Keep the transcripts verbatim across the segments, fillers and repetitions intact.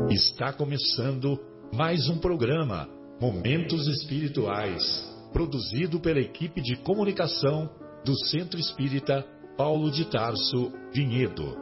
Está começando mais um programa, Momentos Espirituais, produzido pela equipe de comunicação do Centro Espírita Paulo de Tarso, Vinhedo.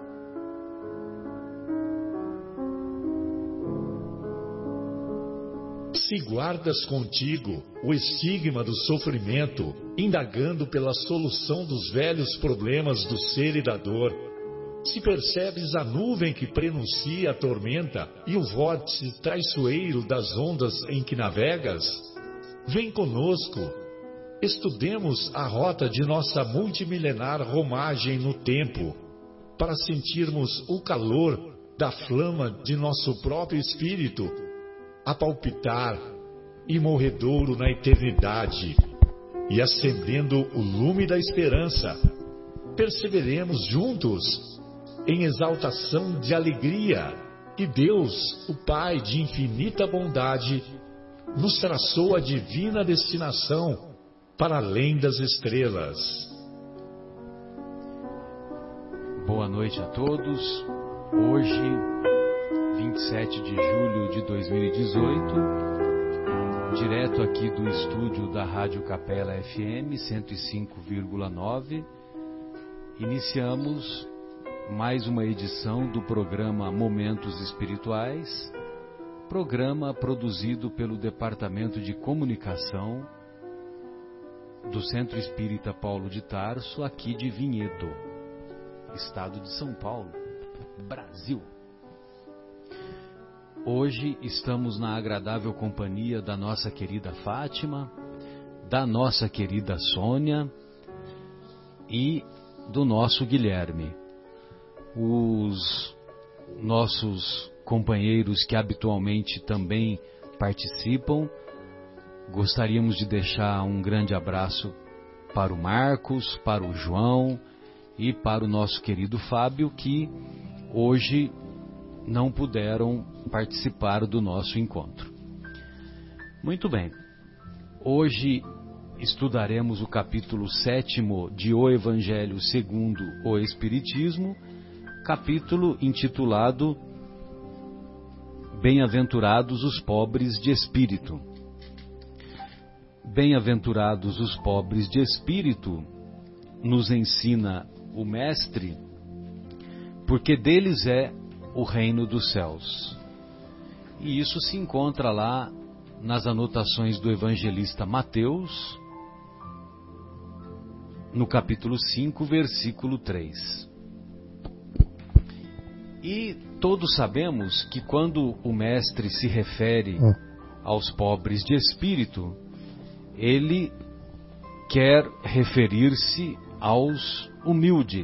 Se guardas contigo o estigma do sofrimento, indagando pela solução dos velhos problemas do ser e da dor, se percebes a nuvem que prenuncia a tormenta e o vórtice traiçoeiro das ondas em que navegas, vem conosco, estudemos a rota de nossa multimilenar romagem no tempo, para sentirmos o calor da flama de nosso próprio espírito, a palpitar, imorredouro na eternidade, e acendendo o lume da esperança, perceberemos juntos, em exaltação de alegria, que Deus, o Pai de infinita bondade, nos traçou a divina destinação para além das estrelas. Boa noite a todos. Hoje, vinte e sete de julho de dois mil e dezoito, direto aqui do estúdio da Rádio Capela F M cento e cinco vírgula nove, iniciamos mais uma edição do programa Momentos Espirituais, programa produzido pelo Departamento de Comunicação do Centro Espírita Paulo de Tarso, aqui de Vinhedo, estado de São Paulo, Brasil. Hoje estamos na agradável companhia da nossa querida Fátima, da nossa querida Sônia e do nosso Guilherme. Os nossos companheiros que habitualmente também participam, gostaríamos de deixar um grande abraço para o Marcos, para o João e para o nosso querido Fábio, que hoje não puderam participar do nosso encontro. Muito bem, hoje estudaremos o capítulo sétimo de O Evangelho segundo o Espiritismo, capítulo intitulado Bem-aventurados os pobres de espírito. Bem-aventurados os pobres de espírito, nos ensina o Mestre, porque deles é o reino dos céus. E isso se encontra lá nas anotações do evangelista Mateus, no capítulo cinco, versículo três. E todos sabemos que quando o Mestre se refere aos pobres de espírito, ele quer referir-se aos humildes.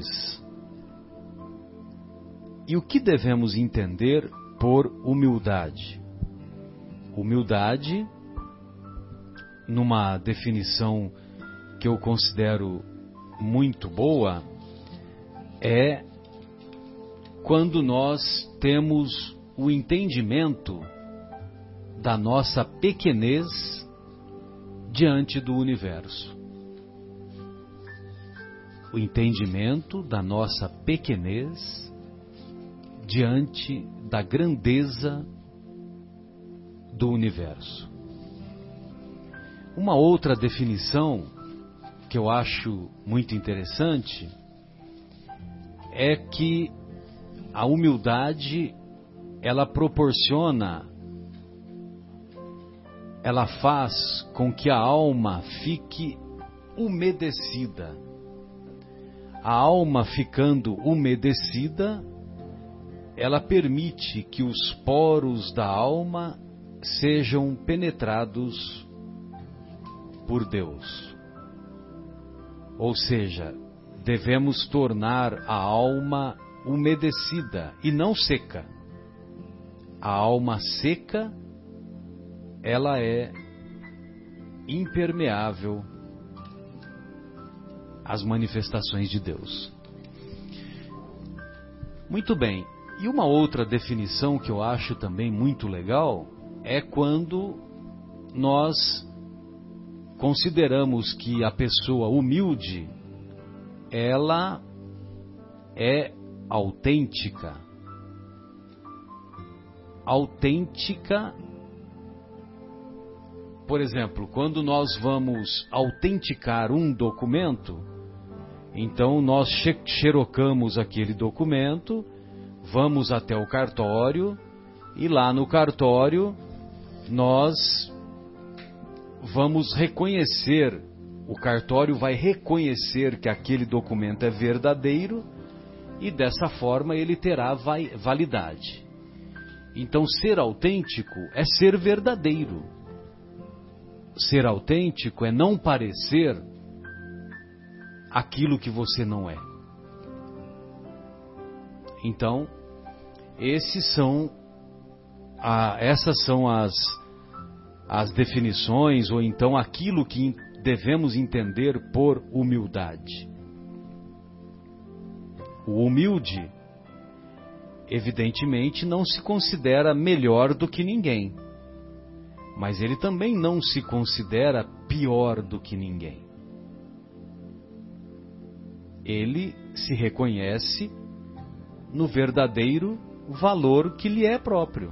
E o que devemos entender por humildade? Humildade, numa definição que eu considero muito boa, é quando nós temos o entendimento da nossa pequenez diante do universo. O entendimento da nossa pequenez diante da grandeza do universo. Uma outra definição que eu acho muito interessante é que a humildade, ela proporciona, ela faz com que a alma fique umedecida. A alma ficando umedecida, ela permite que os poros da alma sejam penetrados por Deus. Ou seja, devemos tornar a alma umedecida e não seca. A alma seca, ela é impermeável às manifestações de Deus. Muito bem. E uma outra definição que eu acho também muito legal é quando nós consideramos que a pessoa humilde, ela é autêntica. autêntica. Por exemplo, quando nós vamos autenticar um documento, então nós xerocamos aquele documento, vamos até o cartório e lá no cartório nós vamos reconhecer, o cartório vai reconhecer que aquele documento é verdadeiro e dessa forma ele terá validade. Então ser autêntico é ser verdadeiro. Ser autêntico é não parecer aquilo que você não é. Então, esses são a, essas são as, as definições, ou então aquilo que devemos entender por humildade. O humilde, evidentemente, não se considera melhor do que ninguém, mas ele também não se considera pior do que ninguém. Ele se reconhece no verdadeiro valor que lhe é próprio.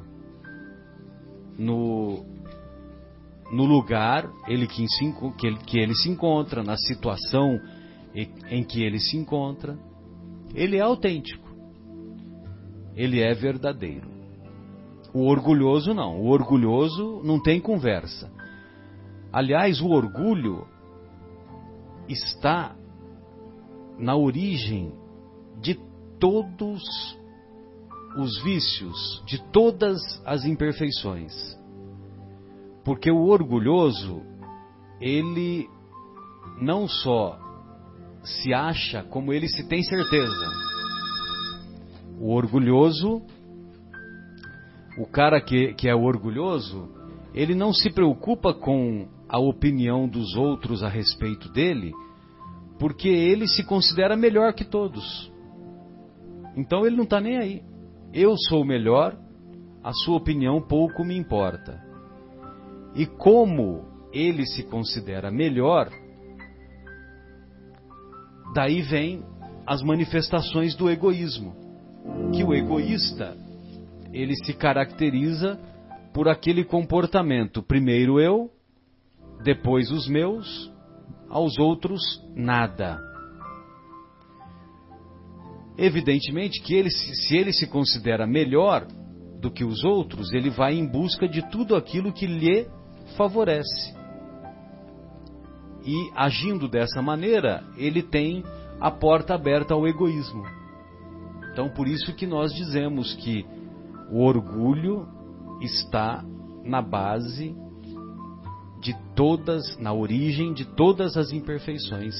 No, no lugar ele que, se, que, ele, que ele se encontra, na situação em que ele se encontra, ele é autêntico. Ele é verdadeiro. O orgulhoso não. O orgulhoso não tem conversa. Aliás, o orgulho está na origem de todos os vícios, de todas as imperfeições. Porque o orgulhoso, ele não só se acha, como ele se tem certeza. O orgulhoso, o cara que, que é orgulhoso, ele não se preocupa com a opinião dos outros a respeito dele, porque ele se considera melhor que todos. Então ele não está nem aí. Eu sou o melhor, a sua opinião pouco me importa. E como ele se considera melhor, daí vem as manifestações do egoísmo. Que o egoísta, ele se caracteriza por aquele comportamento. Primeiro eu, depois os meus, aos outros nada. Evidentemente que ele, se ele se considera melhor do que os outros, ele vai em busca de tudo aquilo que lhe favorece. E agindo dessa maneira, ele tem a porta aberta ao egoísmo. Então por isso que nós dizemos que o orgulho está na base de todas, na origem de todas as imperfeições,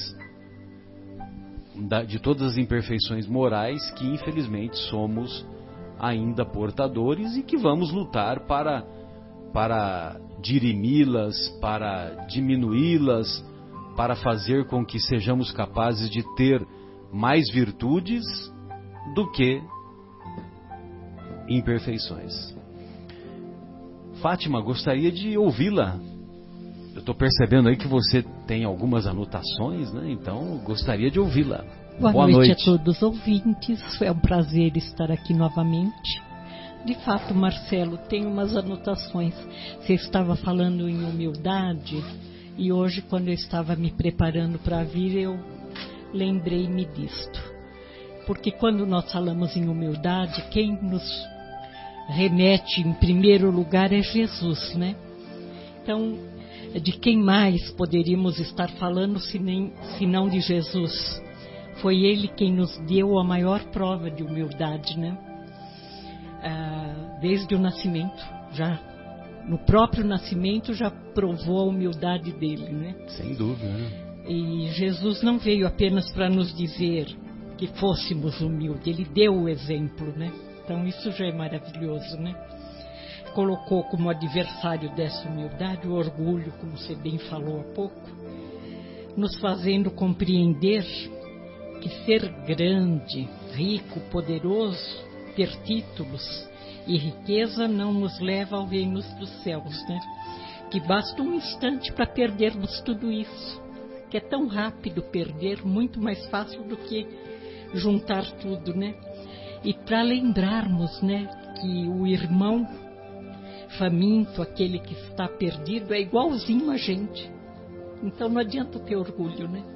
de todas as imperfeições morais que infelizmente somos ainda portadores e que vamos lutar para, para dirimi-las, para diminuí-las, para fazer com que sejamos capazes de ter mais virtudes do que imperfeições. Fátima, gostaria de ouvi-la. Eu estou percebendo aí que você tem algumas anotações, né? Então gostaria de ouvi-la. Boa, Boa noite, noite a todos os ouvintes. É um prazer estar aqui novamente. De fato, Marcelo, tem umas anotações. Você estava falando em humildade e hoje, quando eu estava me preparando para vir, eu lembrei-me disto. Porque quando nós falamos em humildade, quem nos remete em primeiro lugar é Jesus, né? Então, de quem mais poderíamos estar falando se, nem, se não de Jesus? Foi Ele quem nos deu a maior prova de humildade, né? Ah, desde o nascimento, já no próprio nascimento já provou a humildade dele, né? Sem dúvida, né? E Jesus não veio apenas para nos dizer que fôssemos humildes, Ele deu o exemplo, né? Então isso já é maravilhoso, né? Colocou como adversário dessa humildade o orgulho, como você bem falou há pouco, nos fazendo compreender que ser grande, rico, poderoso, ter títulos e riqueza não nos leva ao reino dos céus, né? Que basta um instante para perdermos tudo isso, que é tão rápido perder, muito mais fácil do que juntar tudo, né? E para lembrarmos, né, que o irmão faminto, aquele que está perdido, é igualzinho a gente. Então não adianta ter orgulho, né?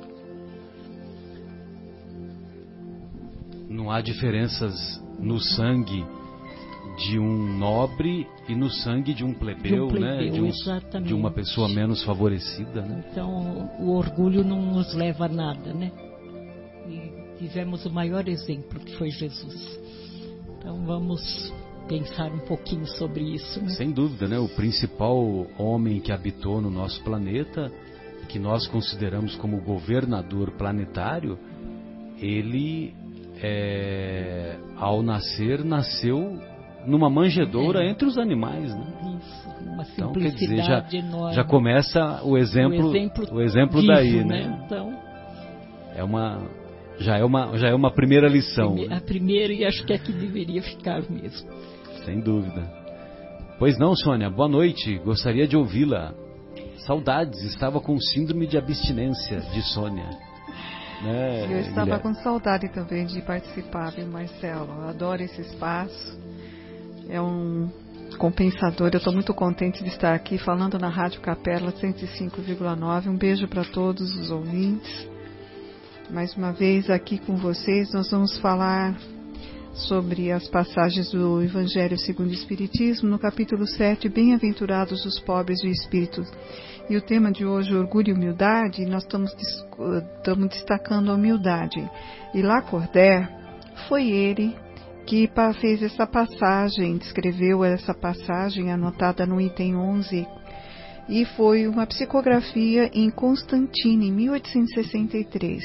Não há diferenças no sangue de um nobre e no sangue de um plebeu, de um plebeu, né? De, um, exatamente. De uma pessoa menos favorecida, né? Então o orgulho não nos leva a nada, né? E tivemos o maior exemplo, que foi Jesus. Então vamos pensar um pouquinho sobre isso, né? Sem dúvida, né? O principal homem que habitou no nosso planeta, que nós consideramos como governador planetário, ele, é, ao nascer, nasceu numa manjedoura é. entre os animais, né? Isso, uma então, quer dizer, já, enorme. já começa o exemplo, o exemplo, o exemplo vivo, daí, né? né? Então, é uma, já é uma, já é uma primeira lição. Prime, né? A primeira, e acho que é que deveria ficar mesmo. Sem dúvida. Pois não, Sônia, boa noite. Gostaria de ouvi-la. Saudades, estava com síndrome de abstinência de Sônia. Né, eu estava Guilherme? com saudade também de participar, viu, Marcelo? Eu adoro esse espaço. É um compensador. Eu estou muito contente de estar aqui falando na Rádio Capela cento e cinco vírgula nove. Um beijo para todos os ouvintes. Mais uma vez aqui com vocês, nós vamos falar sobre as passagens do Evangelho segundo o Espiritismo, no capítulo sete, Bem-aventurados os pobres de espírito. E o tema de hoje, orgulho e humildade, nós estamos, estamos destacando a humildade. E Lacordaire, foi ele que fez essa passagem, descreveu essa passagem anotada no item onze, e foi uma psicografia em Constantine, em mil oitocentos e sessenta e três.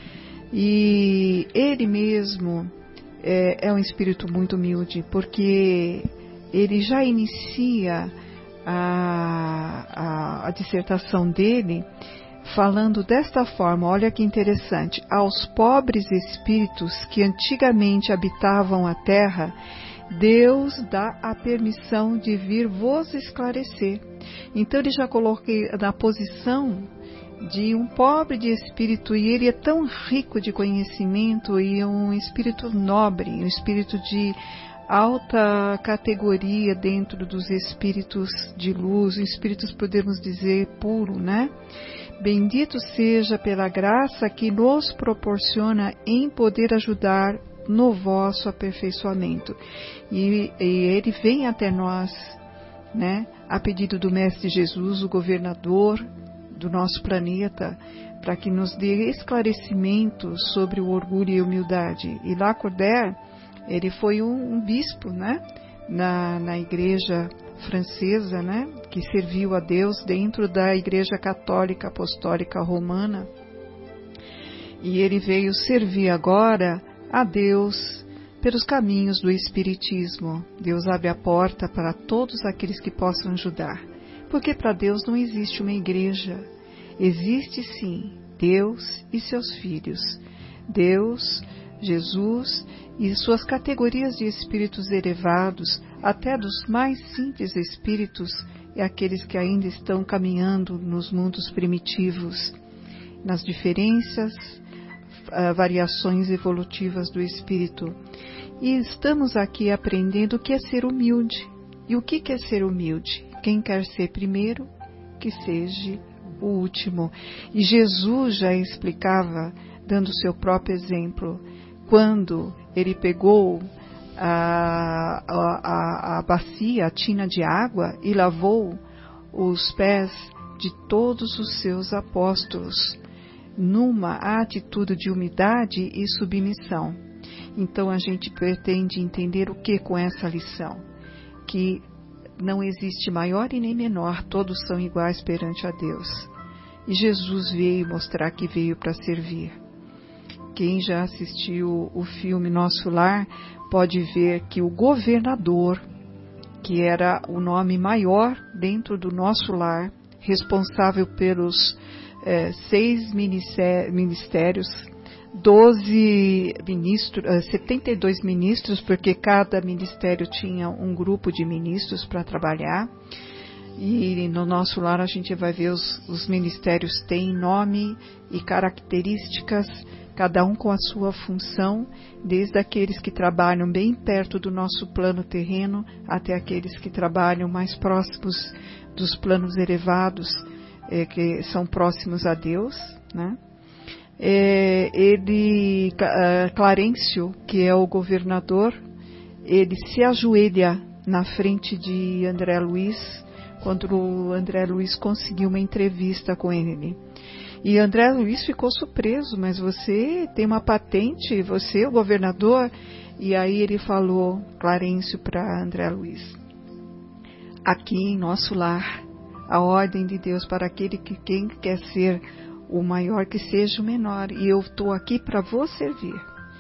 E ele mesmo é, é um espírito muito humilde, porque ele já inicia a, a, a dissertação dele falando desta forma, olha que interessante: aos pobres espíritos que antigamente habitavam a terra, Deus dá a permissão de vir vos esclarecer. Então ele já coloquei na posição de um pobre de espírito, e ele é tão rico de conhecimento, e um espírito nobre, um espírito de alta categoria dentro dos espíritos de luz, espíritos, podemos dizer, puro, né? Bendito seja pela graça que nos proporciona em poder ajudar no vosso aperfeiçoamento. E, e ele vem até nós, né, a pedido do Mestre Jesus, o governador do nosso planeta, para que nos dê esclarecimento sobre o orgulho e a humildade. E Lacordaire, ele foi um, um bispo, né, na, na igreja francesa, né, que serviu a Deus dentro da Igreja Católica Apostólica Romana, e ele veio servir agora a Deus pelos caminhos do Espiritismo. Deus abre a porta para todos aqueles que possam ajudar, porque para Deus não existe uma igreja, existe sim Deus e seus filhos, Deus, Jesus e suas categorias de espíritos elevados, até dos mais simples espíritos e aqueles que ainda estão caminhando nos mundos primitivos, nas diferenças, uh, variações evolutivas do espírito. E estamos aqui aprendendo o que é ser humilde. E o que é ser humilde? Quem quer ser primeiro, que seja o último. E Jesus já explicava, dando o seu próprio exemplo, quando ele pegou a, a, a bacia, a tina de água, e lavou os pés de todos os seus apóstolos, numa atitude de humildade e submissão. Então a gente pretende entender o que com essa lição? Que não existe maior e nem menor, todos são iguais perante a Deus. E Jesus veio mostrar que veio para servir. Quem já assistiu o filme Nosso Lar pode ver que o governador, que era o nome maior dentro do Nosso Lar, responsável pelos eh, seis ministérios, doze ministros, setenta e dois ministros, porque cada ministério tinha um grupo de ministros para trabalhar. E no nosso lar a gente vai ver os, os ministérios têm nome e características, cada um com a sua função, desde aqueles que trabalham bem perto do nosso plano terreno até aqueles que trabalham mais próximos dos planos elevados, é, que são próximos a Deus, né? É, ele, Clarencio, que é o governador, ele se ajoelha na frente de André Luiz, quando o André Luiz conseguiu uma entrevista com ele. E André Luiz ficou surpreso, mas você tem uma patente, você, o governador? E aí ele falou, Clarencio, para André Luiz: aqui em nosso lar, a ordem de Deus para aquele que quem quer ser o maior, que seja o menor, e eu estou aqui para vos servir.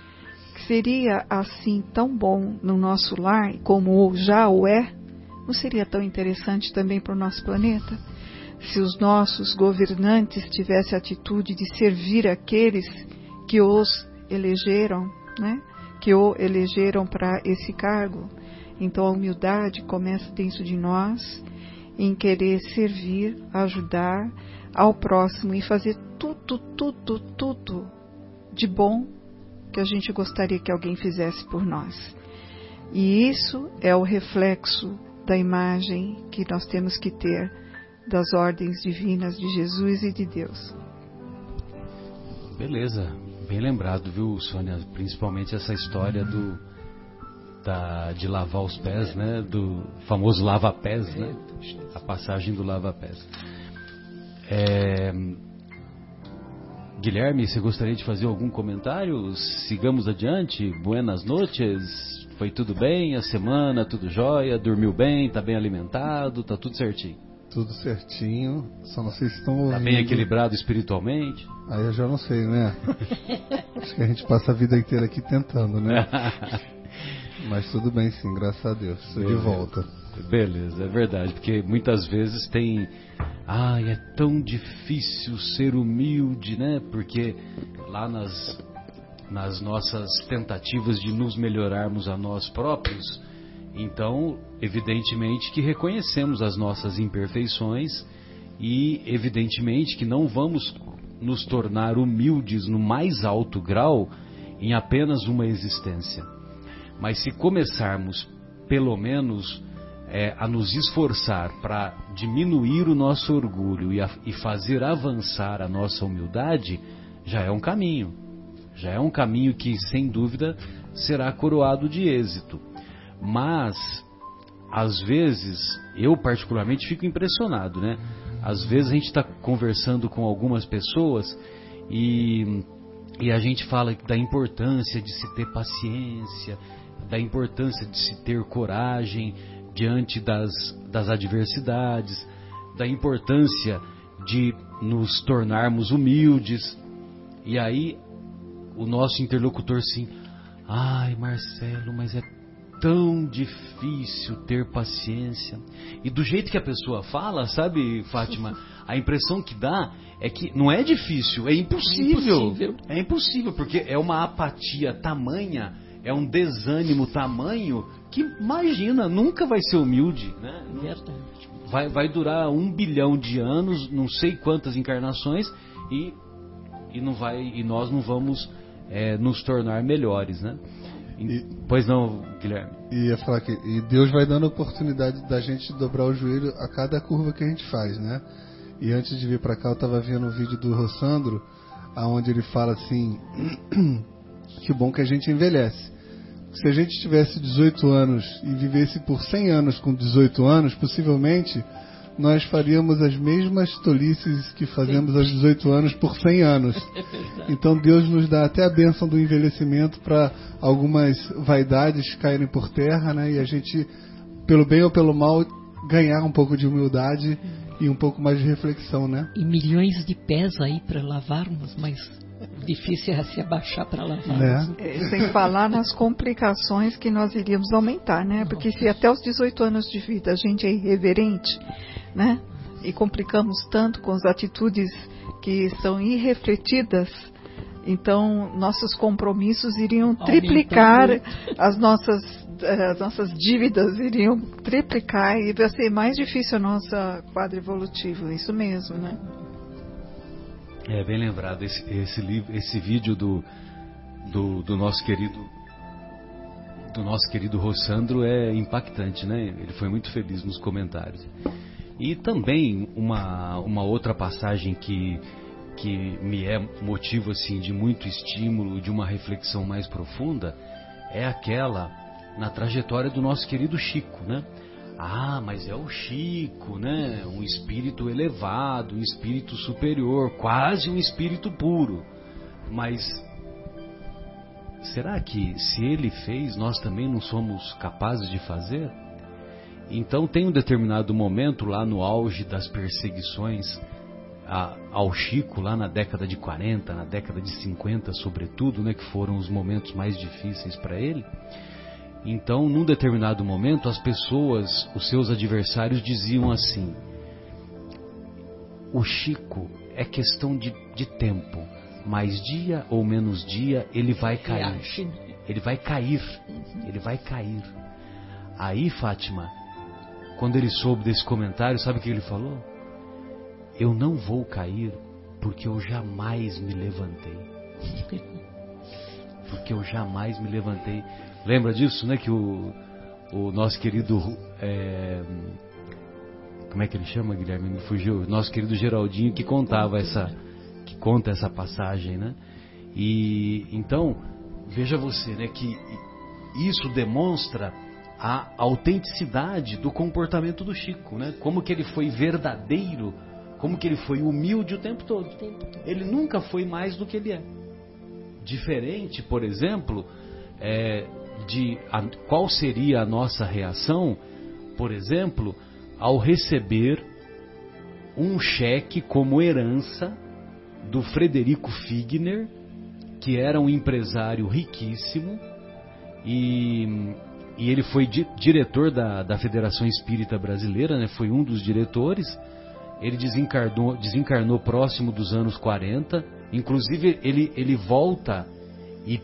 Seria assim tão bom no nosso lar, como já o é? Não seria tão interessante também para o nosso planeta? Se os nossos governantes tivessem a atitude de servir aqueles que os elegeram, né? Que o elegeram para esse cargo. Então a humildade começa dentro de nós, em querer servir, ajudar ao próximo e fazer tudo, tudo, tudo de bom que a gente gostaria que alguém fizesse por nós. E isso é o reflexo da imagem que nós temos que ter das ordens divinas de Jesus e de Deus. Beleza, bem lembrado, viu, Sônia? Principalmente essa história do da, de lavar os pés, né? Do famoso lava-pés, né? A passagem do lava-pés. É... Guilherme, você gostaria de fazer algum comentário? Sigamos adiante. Buenas noches. Foi tudo bem? A semana, tudo jóia? Dormiu bem? Tá bem alimentado? Tá tudo certinho? Tudo certinho. Só não sei se estão ouvindo. Tá bem equilibrado espiritualmente? Aí eu já não sei, né? Acho que a gente passa a vida inteira aqui tentando, né? Mas tudo bem sim, graças a Deus. Estou de volta. Beleza, é verdade. Porque muitas vezes tem... Ai, é tão difícil ser humilde, né? Porque lá nas, nas nossas tentativas de nos melhorarmos a nós próprios, então, evidentemente que reconhecemos as nossas imperfeições e, evidentemente, que não vamos nos tornar humildes no mais alto grau em apenas uma existência. Mas se começarmos, pelo menos... É, a nos esforçar para diminuir o nosso orgulho e, a, e fazer avançar a nossa humildade, já é um caminho. Já é um caminho que, sem dúvida, será coroado de êxito. Mas, às vezes, eu particularmente fico impressionado, né? Às vezes a gente está conversando com algumas pessoas e, e a gente fala da importância de se ter paciência, da importância de se ter coragem diante das, das adversidades, da importância de nos tornarmos humildes. E aí o nosso interlocutor assim: ai, Marcelo, mas é tão difícil ter paciência. E do jeito que a pessoa fala, sabe, Fátima, a impressão que dá é que não é difícil, é impossível. Impossível. É impossível, porque é uma apatia tamanha, é um desânimo tamanho que, imagina, nunca vai ser humilde, né? Verdade. Vai, vai durar um bilhão de anos, não sei quantas encarnações, e, e, não vai, e nós não vamos é, nos tornar melhores, né? E, pois não, Guilherme? E ia falar que e Deus vai dando a oportunidade da gente dobrar o joelho a cada curva que a gente faz, né? E antes de vir para cá eu estava vendo um vídeo do Rossandro, onde ele fala assim, que bom que a gente envelhece. Se a gente tivesse dezoito anos e vivesse por cem anos com dezoito anos, possivelmente nós faríamos as mesmas tolices que fazemos aos dezoito anos por cem anos. Então Deus nos dá até a bênção do envelhecimento para algumas vaidades caírem por terra, né? E a gente, pelo bem ou pelo mal, ganhar um pouco de humildade e um pouco mais de reflexão, né? E milhões de pés aí para lavarmos, mas difícil é se abaixar para lavar. Né? É, sem falar nas complicações que nós iríamos aumentar, né? Porque se até os dezoito anos de vida a gente é irreverente, né? E complicamos tanto com as atitudes que são irrefletidas, então nossos compromissos iriam triplicar as nossas as nossas dívidas iriam triplicar e vai ser mais difícil o nosso quadro evolutivo. Isso mesmo, né? É bem lembrado esse, esse, livro, esse vídeo do, do, do nosso querido do nosso querido Rossandro é impactante, né? Ele foi muito feliz nos comentários. E também uma, uma outra passagem que, que me é motivo assim, de muito estímulo, de uma reflexão mais profunda, é aquela na trajetória do nosso querido Chico, né? Ah, mas é o Chico, né? Um espírito elevado, um espírito superior, quase um espírito puro. Mas será que se ele fez, nós também não somos capazes de fazer? Então tem um determinado momento lá no auge das perseguições a, ao Chico, lá na década de quarenta, na década de cinquenta sobretudo, né, que foram os momentos mais difíceis para ele. Então, num determinado momento, as pessoas, os seus adversários diziam assim: o Chico é questão de, de tempo, mais dia ou menos dia ele vai cair, ele vai cair, ele vai cair. Aí, Fátima, quando ele soube desse comentário, sabe o que ele falou? Eu não vou cair porque eu jamais me levantei. Porque eu jamais me levantei. Lembra disso, né? Que o, o nosso querido... É, como é que ele chama, Guilherme? Me fugiu. O nosso querido Geraldinho que contava essa... Que conta essa passagem, né? E então, veja você, né? Que isso demonstra a autenticidade do comportamento do Chico, né? Como que ele foi verdadeiro, como que ele foi humilde o tempo todo. Ele nunca foi mais do que ele é. Diferente, por exemplo, é, de a, qual seria a nossa reação, por exemplo, ao receber um cheque como herança do Frederico Figner, que era um empresário riquíssimo e... E ele foi di- diretor da, da Federação Espírita Brasileira, né? Foi um dos diretores. Ele desencarnou, desencarnou próximo dos anos quarenta. Inclusive, ele, ele volta e,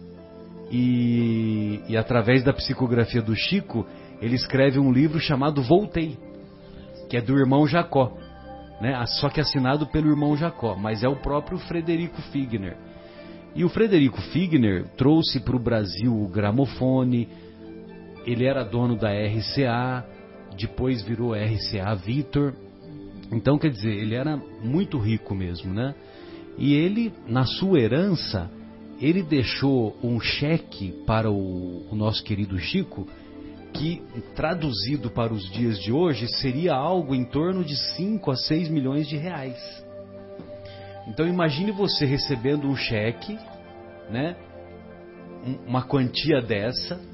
e, e, através da psicografia do Chico, ele escreve um livro chamado Voltei, que é do irmão Jacó, né? Só que assinado pelo irmão Jacó, mas é o próprio Frederico Figner. E o Frederico Figner trouxe para o Brasil o gramofone. Ele era dono da R C A, depois virou R C A Vitor. Então, quer dizer, ele era muito rico mesmo, né? E ele, na sua herança, ele deixou um cheque para o, o nosso querido Chico, que, traduzido para os dias de hoje, seria algo em torno de cinco a seis milhões de reais. Então, imagine você recebendo um cheque, né? Uma quantia dessa.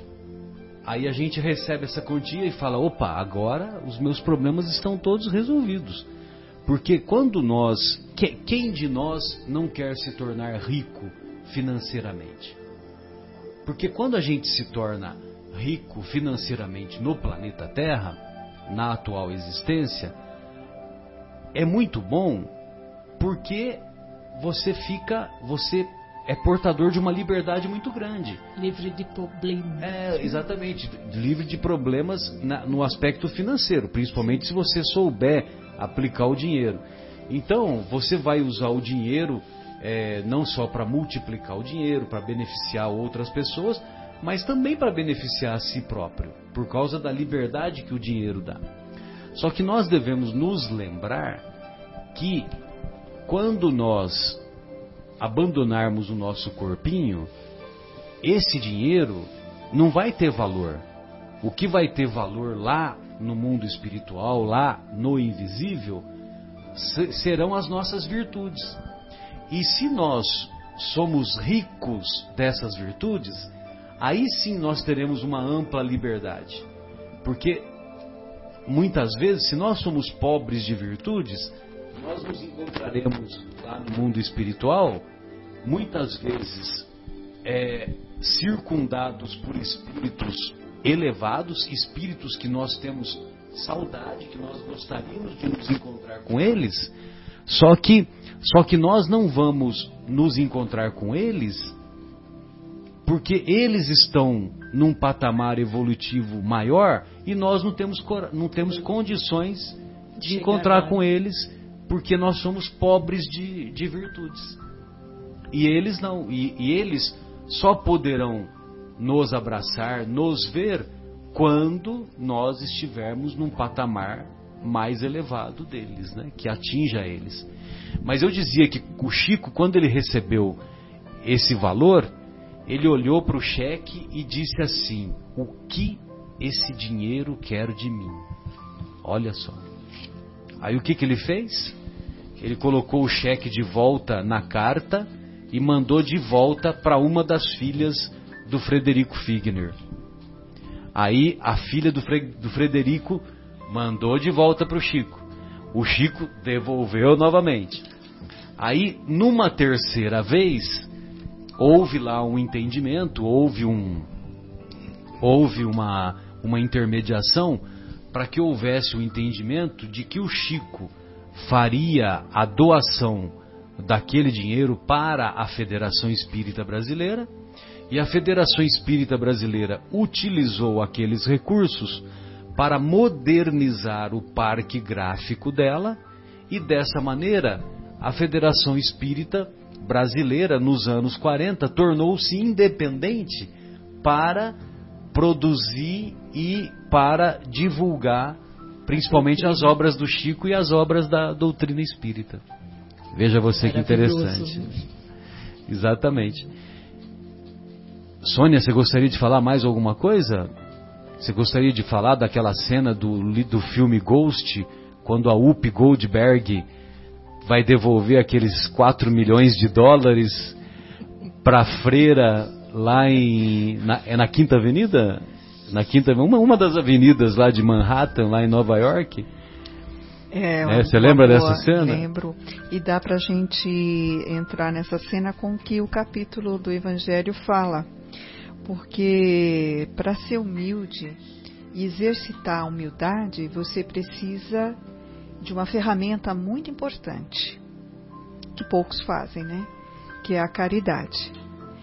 Aí a gente recebe essa quantia e fala, opa, agora os meus problemas estão todos resolvidos. Porque quando nós, que, quem de nós não quer se tornar rico financeiramente? Porque quando a gente se torna rico financeiramente no planeta Terra, na atual existência, é muito bom porque você fica, você é portador de uma liberdade muito grande. Livre de problemas. É, exatamente. Livre de problemas na, no aspecto financeiro, principalmente se você souber aplicar o dinheiro. Então, você vai usar o dinheiro é, não só para multiplicar o dinheiro, para beneficiar outras pessoas, mas também para beneficiar a si próprio, por causa da liberdade que o dinheiro dá. Só que nós devemos nos lembrar que quando nós abandonarmos o nosso corpinho, esse dinheiro não vai ter valor. O que vai ter valor lá no mundo espiritual, lá no invisível, serão as nossas virtudes. E se nós somos ricos dessas virtudes, aí sim nós teremos uma ampla liberdade. Porque muitas vezes, se nós somos pobres de virtudes, nós nos encontraremos lá no mundo espiritual, muitas vezes é, circundados por espíritos elevados, espíritos que nós temos saudade, que nós gostaríamos de nos encontrar com eles, só que, só que nós não vamos nos encontrar com eles porque eles estão num patamar evolutivo maior e nós não temos, não temos condições de Chegar encontrar lá. com eles, porque nós somos pobres de, de virtudes. E eles não, e, e eles só poderão nos abraçar, nos ver, quando nós estivermos num patamar mais elevado deles, né? Que atinja eles. Mas eu dizia que o Chico, quando ele recebeu esse valor, ele olhou para o cheque e disse assim: o que esse dinheiro quer de mim? Olha só. Aí o que, que ele fez? Ele colocou o cheque de volta na carta e mandou de volta para uma das filhas do Frederico Figner. Aí a filha do, Fre- do Frederico mandou de volta para o Chico. O Chico devolveu novamente. Aí, numa terceira vez, houve lá um entendimento, houve, um, houve uma, uma intermediação para que houvesse o entendimento de que o Chico faria a doação daquele dinheiro para a Federação Espírita Brasileira, e a Federação Espírita Brasileira utilizou aqueles recursos para modernizar o parque gráfico dela, e dessa maneira a Federação Espírita Brasileira, nos anos quarenta, tornou-se independente para produzir e para divulgar principalmente as obras do Chico e as obras da doutrina espírita. Veja você que interessante. Exatamente. Sônia, você gostaria de falar mais alguma coisa? Você gostaria de falar daquela cena do, do filme Ghost, quando a Whoopi Goldberg vai devolver aqueles quatro milhões de dólares para a freira lá em... Na, é na Quinta Avenida? Na Quinta, uma, uma das avenidas lá de Manhattan, lá em Nova York? É, é, você lembra boa, dessa cena? Lembro. E dá para a gente entrar nessa cena com o que o capítulo do Evangelho fala. Porque para ser humilde e exercitar a humildade, você precisa de uma ferramenta muito importante, que poucos fazem, né? Que é a caridade.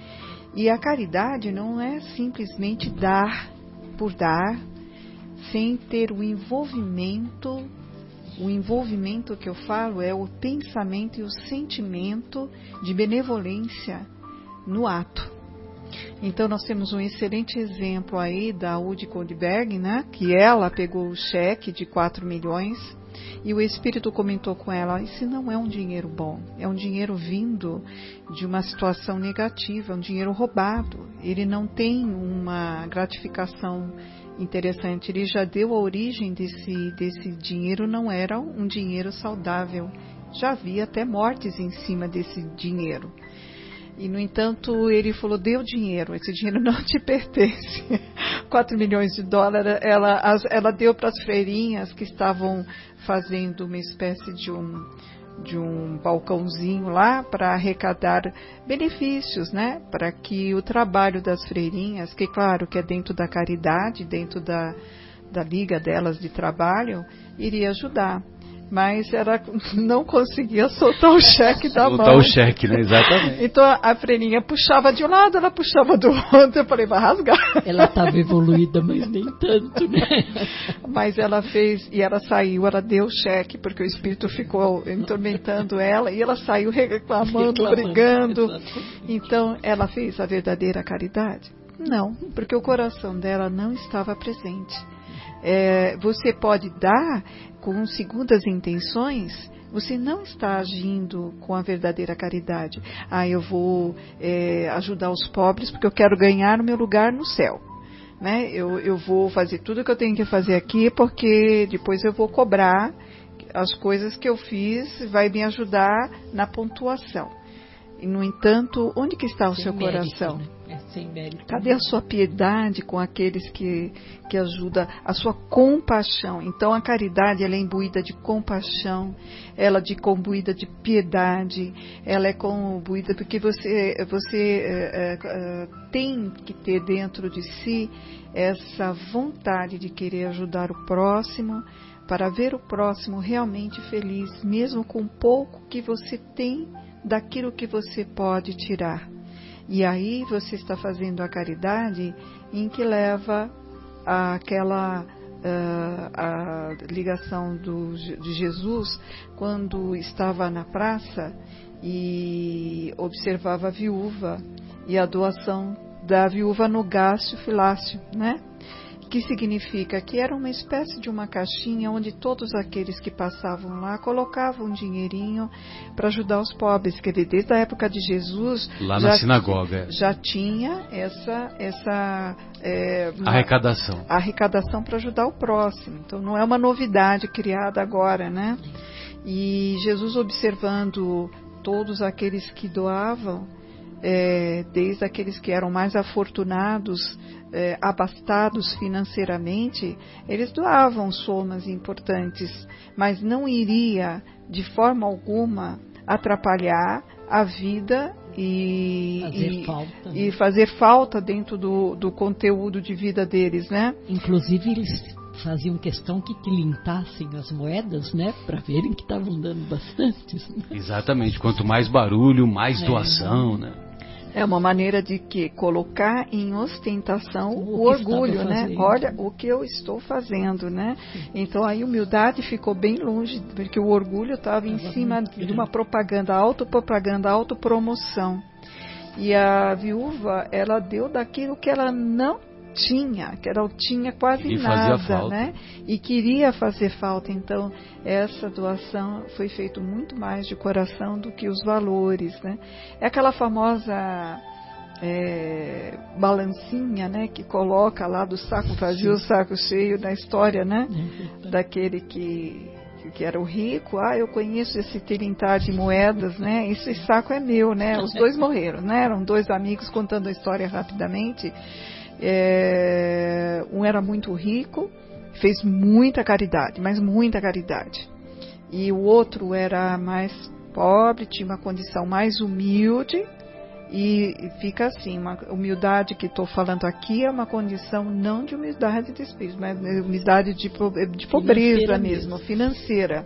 E a caridade não é simplesmente dar por dar, sem ter o envolvimento. O envolvimento que eu falo é o pensamento e o sentimento de benevolência no ato. Então nós temos um excelente exemplo aí da Whoopi Goldberg, né? Que ela pegou o cheque de quatro milhões e o Espírito comentou com ela: esse não é um dinheiro bom, é um dinheiro vindo de uma situação negativa, é um dinheiro roubado, ele não tem uma gratificação interessante, ele já deu a origem desse, desse dinheiro, não era um dinheiro saudável, já havia até mortes em cima desse dinheiro. E, no entanto, ele falou: deu dinheiro, esse dinheiro não te pertence. quatro milhões de dólares, ela, as, ela deu para as freirinhas que estavam fazendo uma espécie de um, de um balcãozinho lá para arrecadar benefícios, né? Para que o trabalho das freirinhas, que claro que é dentro da caridade, dentro da, da liga delas de trabalho, iria ajudar. Mas ela não conseguia soltar o cheque da mão. Soltar o cheque, né? Exatamente. Então a, a freirinha puxava de um lado, ela puxava do outro. Eu falei: vai rasgar. Ela estava evoluída, mas nem tanto, né? Mas ela fez, e ela saiu, ela deu o cheque, porque o espírito ficou atormentando ela, e ela saiu reclamando, reclamando brigando. Exatamente. Então ela fez a verdadeira caridade? Não, porque o coração dela não estava presente. É, você pode dar com segundas intenções, você não está agindo com a verdadeira caridade. Ah, eu vou é, ajudar os pobres porque eu quero ganhar o meu lugar no céu. Né? Eu, eu vou fazer tudo o que eu tenho que fazer aqui porque depois eu vou cobrar as coisas que eu fiz, vai me ajudar na pontuação. E, no entanto, onde que está o sem seu mérito, coração? Né? É sem mérito. Cadê a sua piedade com aqueles que, que ajudam? A sua compaixão. Então, a caridade, ela é imbuída de compaixão, ela é imbuída de piedade, ela é imbuída porque você, você é, é, tem que ter dentro de si essa vontade de querer ajudar o próximo, para ver o próximo realmente feliz, mesmo com pouco que você tem daquilo que você pode tirar. E aí você está fazendo a caridade em que leva àquela uh, a ligação do, de Jesus quando estava na praça e observava a viúva e a doação da viúva no Gácio Filácio, né? Que significa que era uma espécie de uma caixinha onde todos aqueles que passavam lá colocavam um dinheirinho para ajudar os pobres, que desde a época de Jesus lá já, na sinagoga já tinha essa, essa é, uma, arrecadação, arrecadação para ajudar o próximo. Então não é uma novidade criada agora, né? E Jesus, observando todos aqueles que doavam, é, desde aqueles que eram mais afortunados, é, abastados financeiramente, eles doavam somas importantes, mas não iria de forma alguma atrapalhar a vida e fazer, e, falta, e né? fazer falta dentro do, do conteúdo de vida deles, né? Inclusive eles faziam questão que tilintassem as moedas, né, para verem que estavam dando bastantes. Né? Exatamente, quanto mais barulho, mais é, doação, né? É uma maneira de que colocar em ostentação o, o orgulho, né? Olha o que eu estou fazendo, né? Então a humildade ficou bem longe, porque o orgulho estava em cima de uma propaganda, autopropaganda, autopromoção. E a viúva, ela deu daquilo que ela não tinha, que ela tinha quase e nada, falta. né? E queria fazer falta. Então, essa doação foi feita muito mais de coração do que os valores, né? É aquela famosa é, balancinha, né? Que coloca lá do saco vazio, o saco cheio, na história, né? Daquele que que era o rico. Ah, eu conheço esse tilintar de moedas, né? Esse saco é meu, né? Os dois morreram, né? Eram dois amigos, contando a história rapidamente. É, um era muito rico, fez muita caridade, mas muita caridade. E o outro era mais pobre, tinha uma condição mais humilde. E fica assim, uma humildade que estou falando aqui é uma condição não de humildade de espírito, mas humildade de, de pobreza mesmo, mesmo, financeira.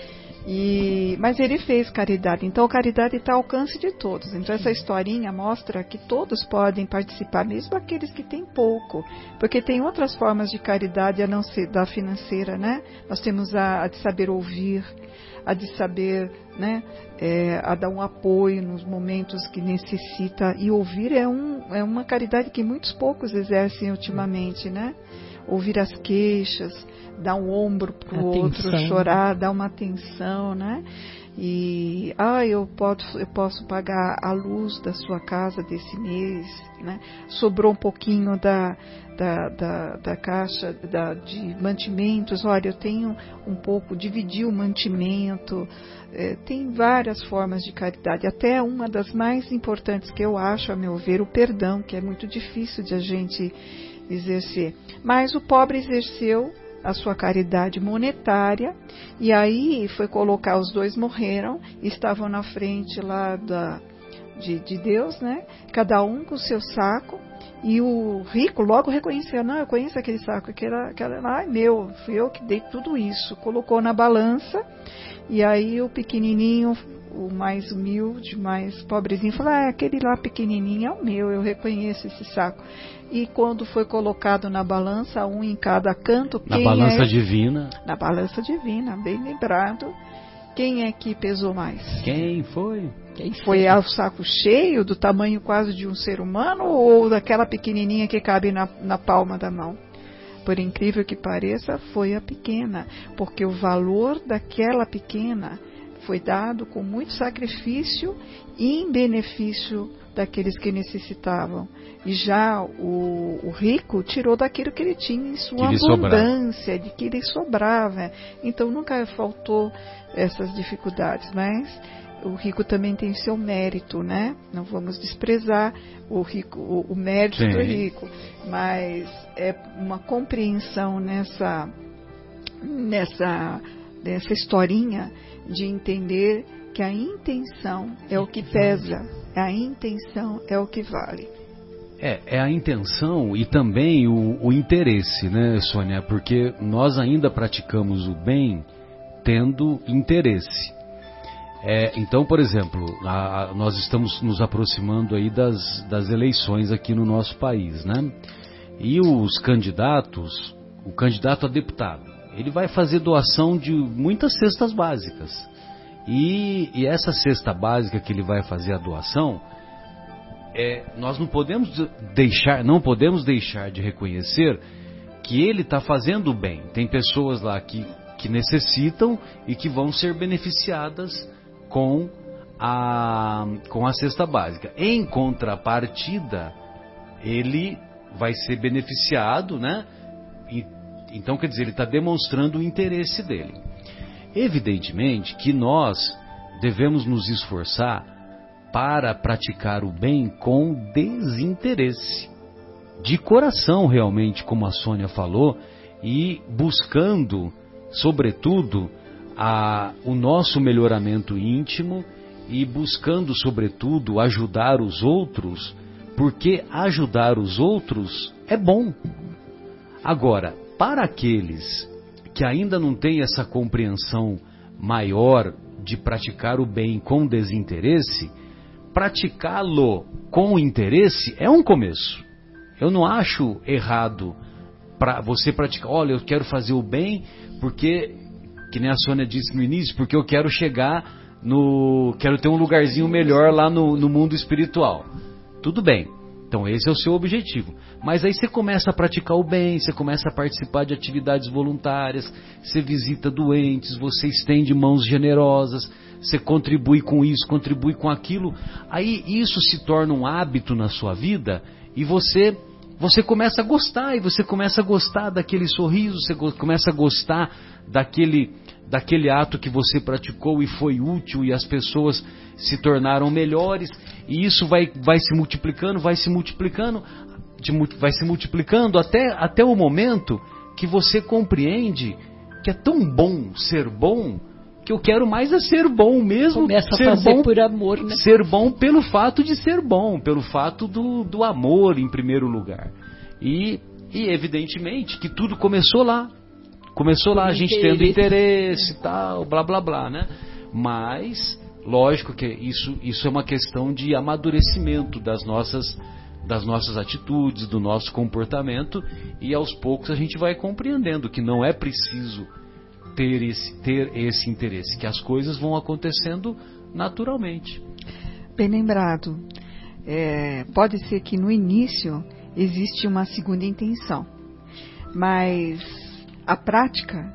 E, mas ele fez caridade, então a caridade está ao alcance de todos. Então essa historinha mostra que todos podem participar, mesmo aqueles que têm pouco, porque tem outras formas de caridade a não ser da financeira, né? Nós temos a, a de saber ouvir, a de saber, né, é, a dar um apoio nos momentos que necessita. E ouvir é, um, é uma caridade que muitos poucos exercem ultimamente, né? Ouvir as queixas, dar um ombro para o outro, chorar, dar uma atenção, né? E, ah, eu posso, eu posso pagar a luz da sua casa desse mês, né? Sobrou um pouquinho da, da, da, da caixa da, de mantimentos, olha, eu tenho um pouco, dividir o mantimento. É, tem várias formas de caridade, até uma das mais importantes que eu acho, a meu ver, o perdão, que é muito difícil de a gente exercer. Mas o pobre exerceu a sua caridade monetária, e aí foi colocar, os dois morreram, estavam na frente lá da, de, de Deus, né? Cada um com o seu saco, e o rico logo reconheceu, não, eu conheço aquele saco, aquele, aquele lá é meu, fui eu que dei tudo isso, colocou na balança, e aí o pequenininho, o mais humilde, mais pobrezinho, falou, ah, aquele lá pequenininho é o meu, eu reconheço esse saco. E quando foi colocado na balança, um em cada canto, na quem balança é... divina, na balança divina, bem lembrado, quem é que pesou mais? Quem foi? Quem foi o saco cheio, do tamanho quase de um ser humano, ou daquela pequenininha que cabe na, na palma da mão? Por incrível que pareça, foi a pequena, porque o valor daquela pequena foi dado com muito sacrifício e em benefício daqueles que necessitavam. E já o, o rico tirou daquilo que ele tinha em sua abundância, de que lhe sobrava. Então nunca faltou essas dificuldades, mas o rico também tem seu mérito, né? Não vamos desprezar o rico, o, o mérito Sim. do rico, mas é uma compreensão nessa, nessa, nessa historinha de entender que a intenção é o que pesa, a intenção é o que vale. É, é a intenção e também o, o interesse, né, Sônia? Porque nós ainda praticamos o bem tendo interesse. É, então, por exemplo, a, a, nós estamos nos aproximando aí das, das eleições aqui no nosso país, né? E os candidatos, o candidato a deputado, ele vai fazer doação de muitas cestas básicas. E, e essa cesta básica que ele vai fazer a doação, é, nós não podemos deixar, não podemos deixar de reconhecer que ele está fazendo o bem. Tem pessoas lá que, que necessitam e que vão ser beneficiadas com a, com a cesta básica. Em contrapartida, ele vai ser beneficiado, né? E, então, quer dizer, ele está demonstrando o interesse dele. Evidentemente que nós devemos nos esforçar para praticar o bem com desinteresse, de coração realmente, como a Sônia falou, e buscando, sobretudo, a, o nosso melhoramento íntimo e buscando, sobretudo, ajudar os outros, porque ajudar os outros é bom. Agora, para aqueles que ainda não têm essa compreensão maior de praticar o bem com desinteresse, praticá-lo com interesse é um começo. Eu não acho errado para você praticar, olha, eu quero fazer o bem porque, que nem a Sônia disse no início, porque eu quero chegar no... quero ter um lugarzinho melhor lá no, no mundo espiritual. Tudo bem. Então esse é o seu objetivo. Mas aí você começa a praticar o bem, você começa a participar de atividades voluntárias, você visita doentes, você estende mãos generosas, você contribui com isso, contribui com aquilo. Aí isso se torna um hábito na sua vida e você, você começa a gostar, e você começa a gostar daquele sorriso, você começa a gostar daquele, daquele ato que você praticou e foi útil e as pessoas se tornaram melhores. E isso vai, vai se multiplicando, vai se multiplicando, vai se multiplicando até, até o momento que você compreende que é tão bom ser bom, que eu quero mais é ser bom mesmo. Começa ser a fazer bom, por amor, né? Ser bom pelo fato de ser bom, pelo fato do, do amor em primeiro lugar. E, e evidentemente que tudo começou lá. Começou lá, a gente tendo interesse e tal, blá blá blá, né? Mas, lógico que isso, isso é uma questão de amadurecimento das nossas, das nossas atitudes, do nosso comportamento, e aos poucos a gente vai compreendendo que não é preciso ter esse, ter esse interesse, que as coisas vão acontecendo naturalmente. Bem lembrado. É, pode ser que no início existe uma segunda intenção, mas a prática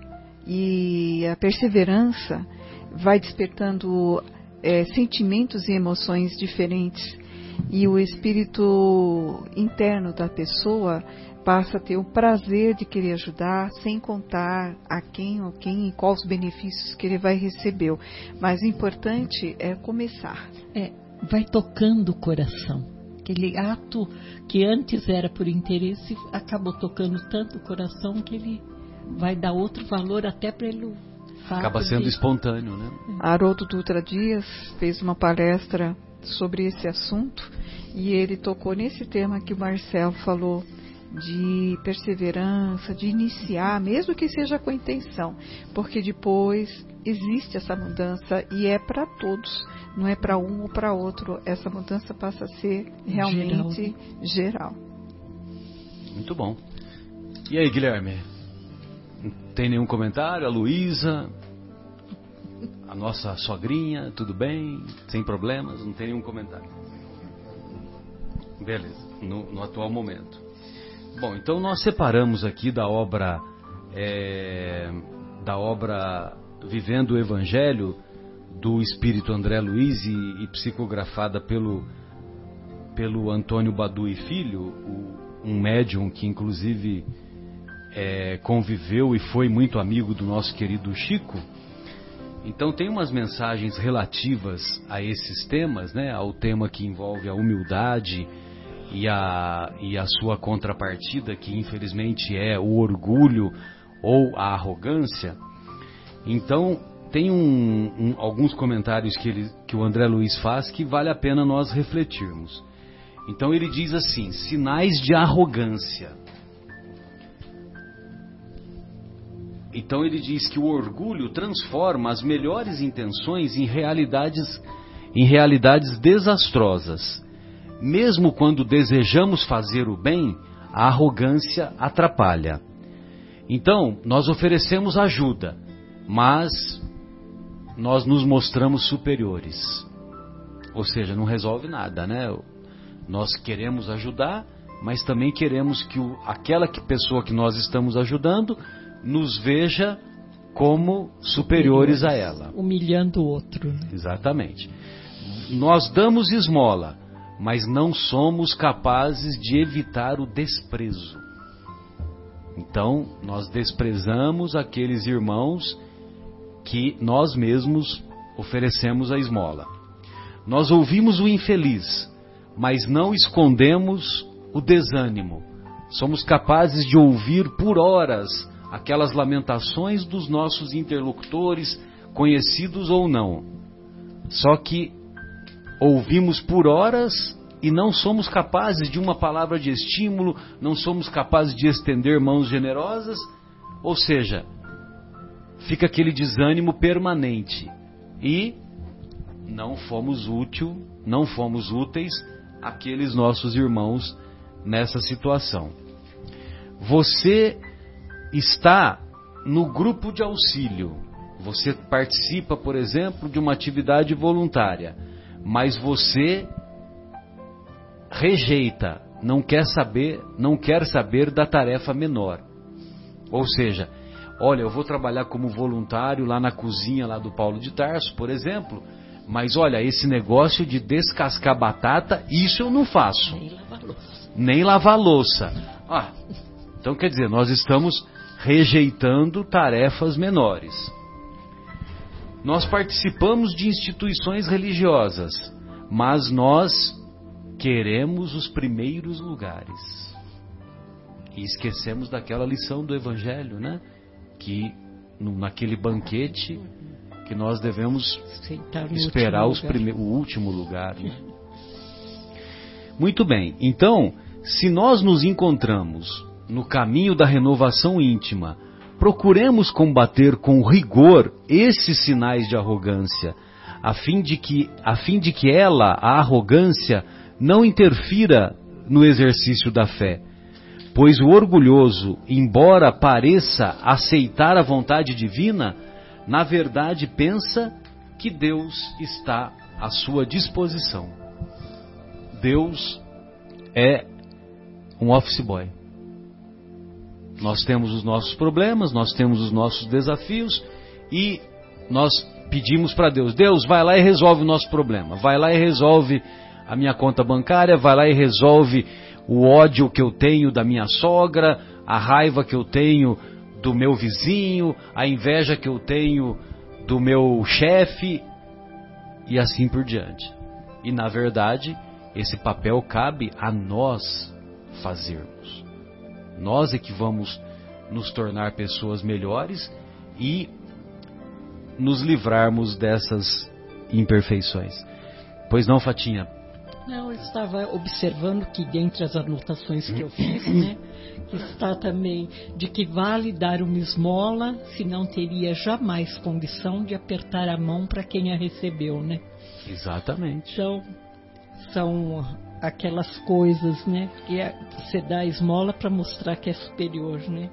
e a perseverança vai despertando é, sentimentos e emoções diferentes, e o espírito interno da pessoa passa a ter o prazer de querer ajudar, sem contar a quem ou quem e quais os benefícios que ele vai receber. Mas o importante é começar. É, vai tocando o coração. Aquele ato que antes era por interesse, acabou tocando tanto o coração que ele vai dar outro valor até para ele. Acaba sendo de... espontâneo, né? Haroldo Dutra Dias fez uma palestra sobre esse assunto e ele tocou nesse tema que o Marcelo falou, de perseverança, de iniciar, mesmo que seja com intenção, porque depois existe essa mudança e é para todos, não é para um ou para outro, essa mudança passa a ser realmente geral. geral. Muito bom. E aí, Guilherme? Não tem nenhum comentário? A Luísa, a nossa sogrinha, tudo bem? Sem problemas? Não tem nenhum comentário? Beleza, no, no atual momento. Bom, então nós separamos aqui da obra é, da obra Vivendo o Evangelho, do Espírito André Luiz e, e psicografada pelo, pelo Antônio Badu e Filho, o, um médium que inclusive é, conviveu e foi muito amigo do nosso querido Chico. Então tem umas mensagens relativas a esses temas, né, ao tema que envolve a humildade e a, e a sua contrapartida, que infelizmente é o orgulho ou a arrogância. Então tem um, um, alguns comentários que, ele, que o André Luiz faz que vale a pena nós refletirmos. Então ele diz assim: sinais de arrogância. Então ele diz que o orgulho transforma as melhores intenções em realidades, em realidades desastrosas. Mesmo quando desejamos fazer o bem, a arrogância atrapalha. Então, nós oferecemos ajuda, mas nós nos mostramos superiores. Ou seja, não resolve nada, né? Nós queremos ajudar, mas também queremos que o, aquela que, pessoa que nós estamos ajudando nos veja como superiores a ela. Humilhando o outro. Né? Exatamente. Nós damos esmola, mas não somos capazes de evitar o desprezo. Então, nós desprezamos aqueles irmãos que nós mesmos oferecemos a esmola. Nós ouvimos o infeliz, mas não escondemos o desânimo. Somos capazes de ouvir por horas aquelas lamentações dos nossos interlocutores, conhecidos ou não. Só que ouvimos por horas e não somos capazes de uma palavra de estímulo, não somos capazes de estender mãos generosas, ou seja, fica aquele desânimo permanente e não fomos útil, não fomos úteis àqueles nossos irmãos nessa situação. Você está no grupo de auxílio, você participa, por exemplo, de uma atividade voluntária, mas você rejeita, não quer saber, não quer saber da tarefa menor. Ou seja, olha, eu vou trabalhar como voluntário lá na cozinha lá do Paulo de Tarso, por exemplo, mas olha, esse negócio de descascar batata, isso eu não faço. Nem lavar louça. Nem lavar louça. Ah, então quer dizer, nós estamos rejeitando tarefas menores. Nós participamos de instituições religiosas, mas nós queremos os primeiros lugares. E esquecemos daquela lição do Evangelho, né? Que naquele banquete que nós devemos esperar os prime- o último lugar. Né? Muito bem, então, se nós nos encontramos no caminho da renovação íntima, procuremos combater com rigor esses sinais de arrogância, a fim de que, a fim de que ela, a arrogância, não interfira no exercício da fé. Pois o orgulhoso, embora pareça aceitar a vontade divina, na verdade pensa que Deus está à sua disposição. Deus é um office boy. Nós temos os nossos problemas, nós temos os nossos desafios e nós pedimos para Deus, Deus, vai lá e resolve o nosso problema, vai lá e resolve a minha conta bancária, vai lá e resolve o ódio que eu tenho da minha sogra, a raiva que eu tenho do meu vizinho, a inveja que eu tenho do meu chefe e assim por diante. E na verdade, esse papel cabe a nós fazermos. Nós é que vamos nos tornar pessoas melhores e nos livrarmos dessas imperfeições. Pois não, Fatinha? Não, eu estava observando que dentre as anotações que eu fiz, né, que está também de que vale dar uma esmola se não teria jamais condição de apertar a mão para quem a recebeu, né? Exatamente. Então, são aquelas coisas, né, que é, você dá a esmola para mostrar que é superior, né?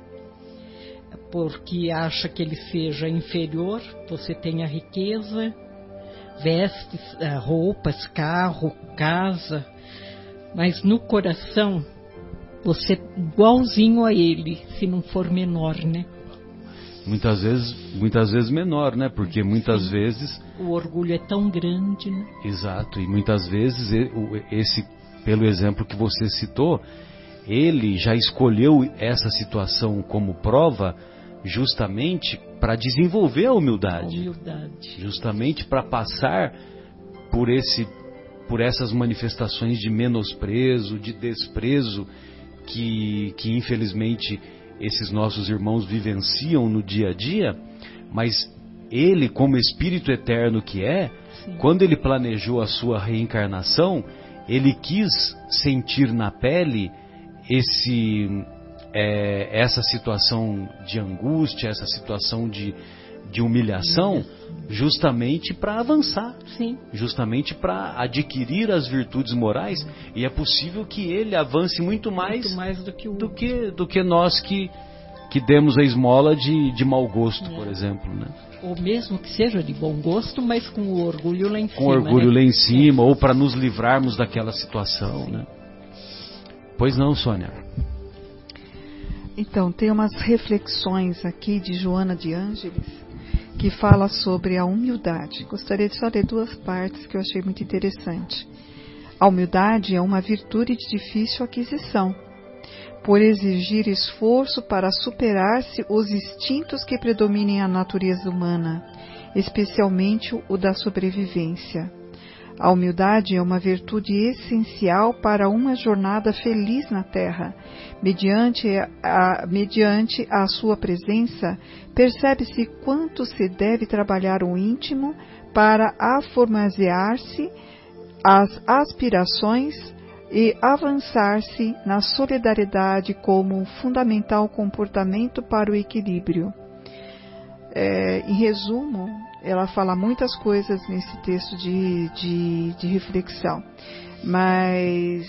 Porque acha que ele seja inferior, você tem a riqueza, vestes, roupas, carro, casa, mas no coração você é igualzinho a ele, se não for menor, né? Muitas vezes, muitas vezes menor, né? Porque muitas Sim. vezes o orgulho é tão grande, né? Exato, e muitas vezes esse, pelo exemplo que você citou, ele já escolheu essa situação como prova justamente para desenvolver a humildade, humildade. justamente para passar por esse, por essas manifestações de menosprezo, de desprezo que, que infelizmente esses nossos irmãos vivenciam no dia a dia, mas ele, como Espírito eterno que é, Sim. quando ele planejou a sua reencarnação, ele quis sentir na pele esse é, essa situação de angústia, essa situação de, de humilhação, justamente para avançar, Sim. justamente para adquirir as virtudes morais, e é possível que ele avance muito mais, Muito mais do que o do que, do que nós que, que demos a esmola de, de mau gosto, É. por exemplo, né? Ou mesmo que seja de bom gosto, mas com o orgulho lá em Com cima. orgulho né? lá em cima, ou para nos livrarmos daquela situação, né? Pois não, Sônia? Então, tem umas reflexões aqui de Joana de Ângeles que fala sobre a humildade. Gostaria de só ler duas partes que eu achei muito interessante. A humildade é uma virtude de difícil aquisição, por exigir esforço para superar-se os instintos que predominem a natureza humana, especialmente o da sobrevivência. A humildade é uma virtude essencial para uma jornada feliz na Terra. Mediante a, mediante a sua presença, percebe-se quanto se deve trabalhar o íntimo para aformosear-se as aspirações e avançar-se na solidariedade como um fundamental comportamento para o equilíbrio. É, em resumo, ela fala muitas coisas nesse texto de, de, de reflexão, mas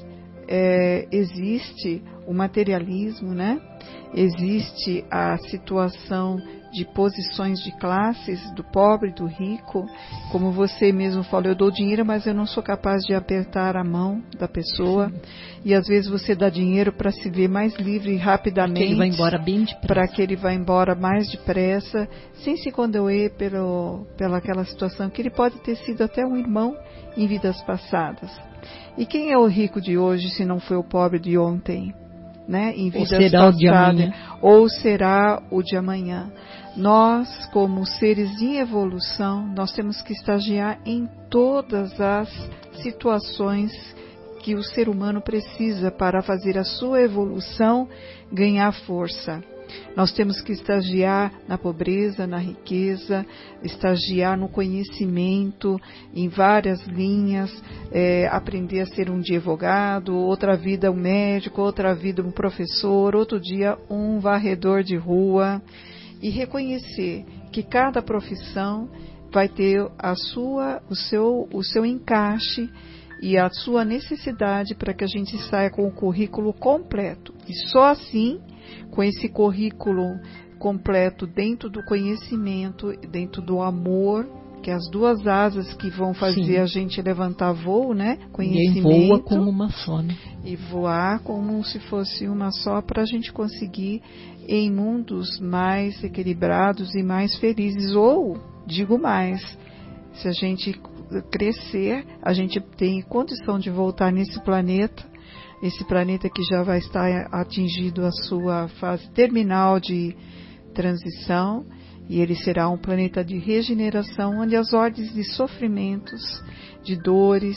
é, existe o materialismo, né? Existe a situação de posições de classes, do pobre, do rico. Como você mesmo falou, eu dou dinheiro, mas eu não sou capaz de apertar a mão da pessoa. E às vezes você dá dinheiro para se ver mais livre rapidamente. Para que ele vai embora bem depressa. Para que ele vá embora mais depressa, sem se condoer pelo, pela aquela situação, que ele pode ter sido até um irmão em vidas passadas. E quem é o rico de hoje se não foi o pobre de ontem? Né, em vidas ou será passadas, o de amanhã. Ou será o de amanhã. Nós, como seres em evolução, nós temos que estagiar em todas as situações que o ser humano precisa para fazer a sua evolução ganhar força. Nós temos que estagiar na pobreza, na riqueza, estagiar no conhecimento, em várias linhas, é, aprender a ser um dia advogado, outra vida um médico, outra vida um professor, outro dia um varredor de rua, e reconhecer que cada profissão vai ter a sua, o seu, o seu encaixe e a sua necessidade para que a gente saia com o currículo completo. E só assim, com esse currículo completo dentro do conhecimento, dentro do amor, que é as duas asas que vão fazer Sim. a gente levantar voo, né? Conhecimento. Ninguém voa como uma só, né? E voar como se fosse uma só, para a gente conseguir em mundos mais equilibrados e mais felizes. Ou, digo mais, se a gente crescer, a gente tem condição de voltar nesse planeta, esse planeta que já vai estar atingido a sua fase terminal de transição, e ele será um planeta de regeneração, onde as ordens de sofrimentos, de dores,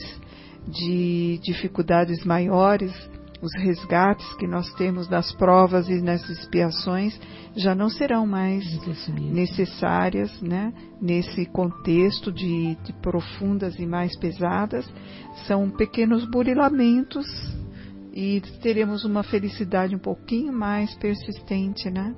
de dificuldades maiores, os resgates que nós temos das provas e nas expiações já não serão mais necessárias, né? Nesse contexto de, de profundas e mais pesadas. São pequenos burilamentos e teremos uma felicidade um pouquinho mais persistente, né?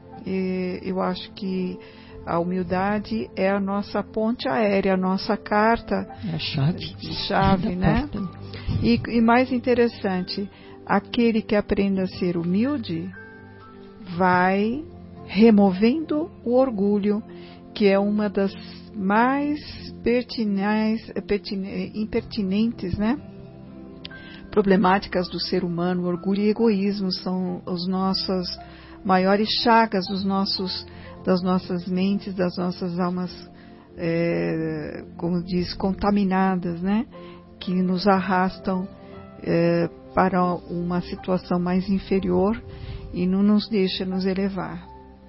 E eu acho que a humildade é a nossa ponte aérea, a nossa carta, é a chave, chave né? E, e mais interessante, aquele que aprende a ser humilde vai removendo o orgulho, que é uma das mais pertinentes, impertinentes, né? problemáticas do ser humano. Orgulho e egoísmo são as nossas maiores chagas dos nossos, das nossas mentes, das nossas almas, é, como diz, contaminadas, né? Que nos arrastam é, para uma situação mais inferior e não nos deixa nos elevar.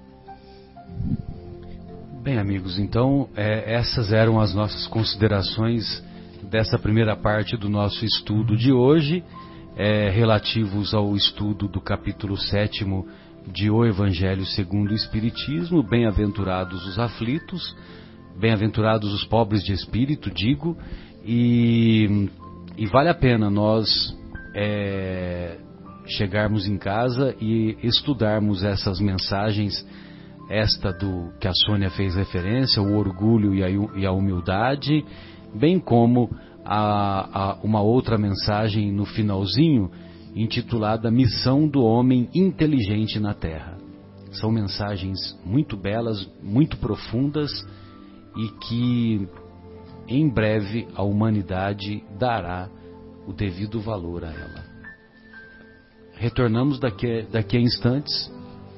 Bem, amigos, então é, essas eram as nossas considerações dessa primeira parte do nosso estudo de hoje, é, relativos ao estudo do capítulo sétimo de O Evangelho segundo o Espiritismo. Bem-aventurados os aflitos, bem-aventurados os pobres de espírito, digo, e, e vale a pena nós é, chegarmos em casa e estudarmos essas mensagens, esta do que a Sônia fez referência, o orgulho e a, e a humildade, bem como a, a, uma outra mensagem no finalzinho, intitulada Missão do Homem Inteligente na Terra. São mensagens muito belas, muito profundas e que em breve a humanidade dará o devido valor a ela. Retornamos daqui, daqui a instantes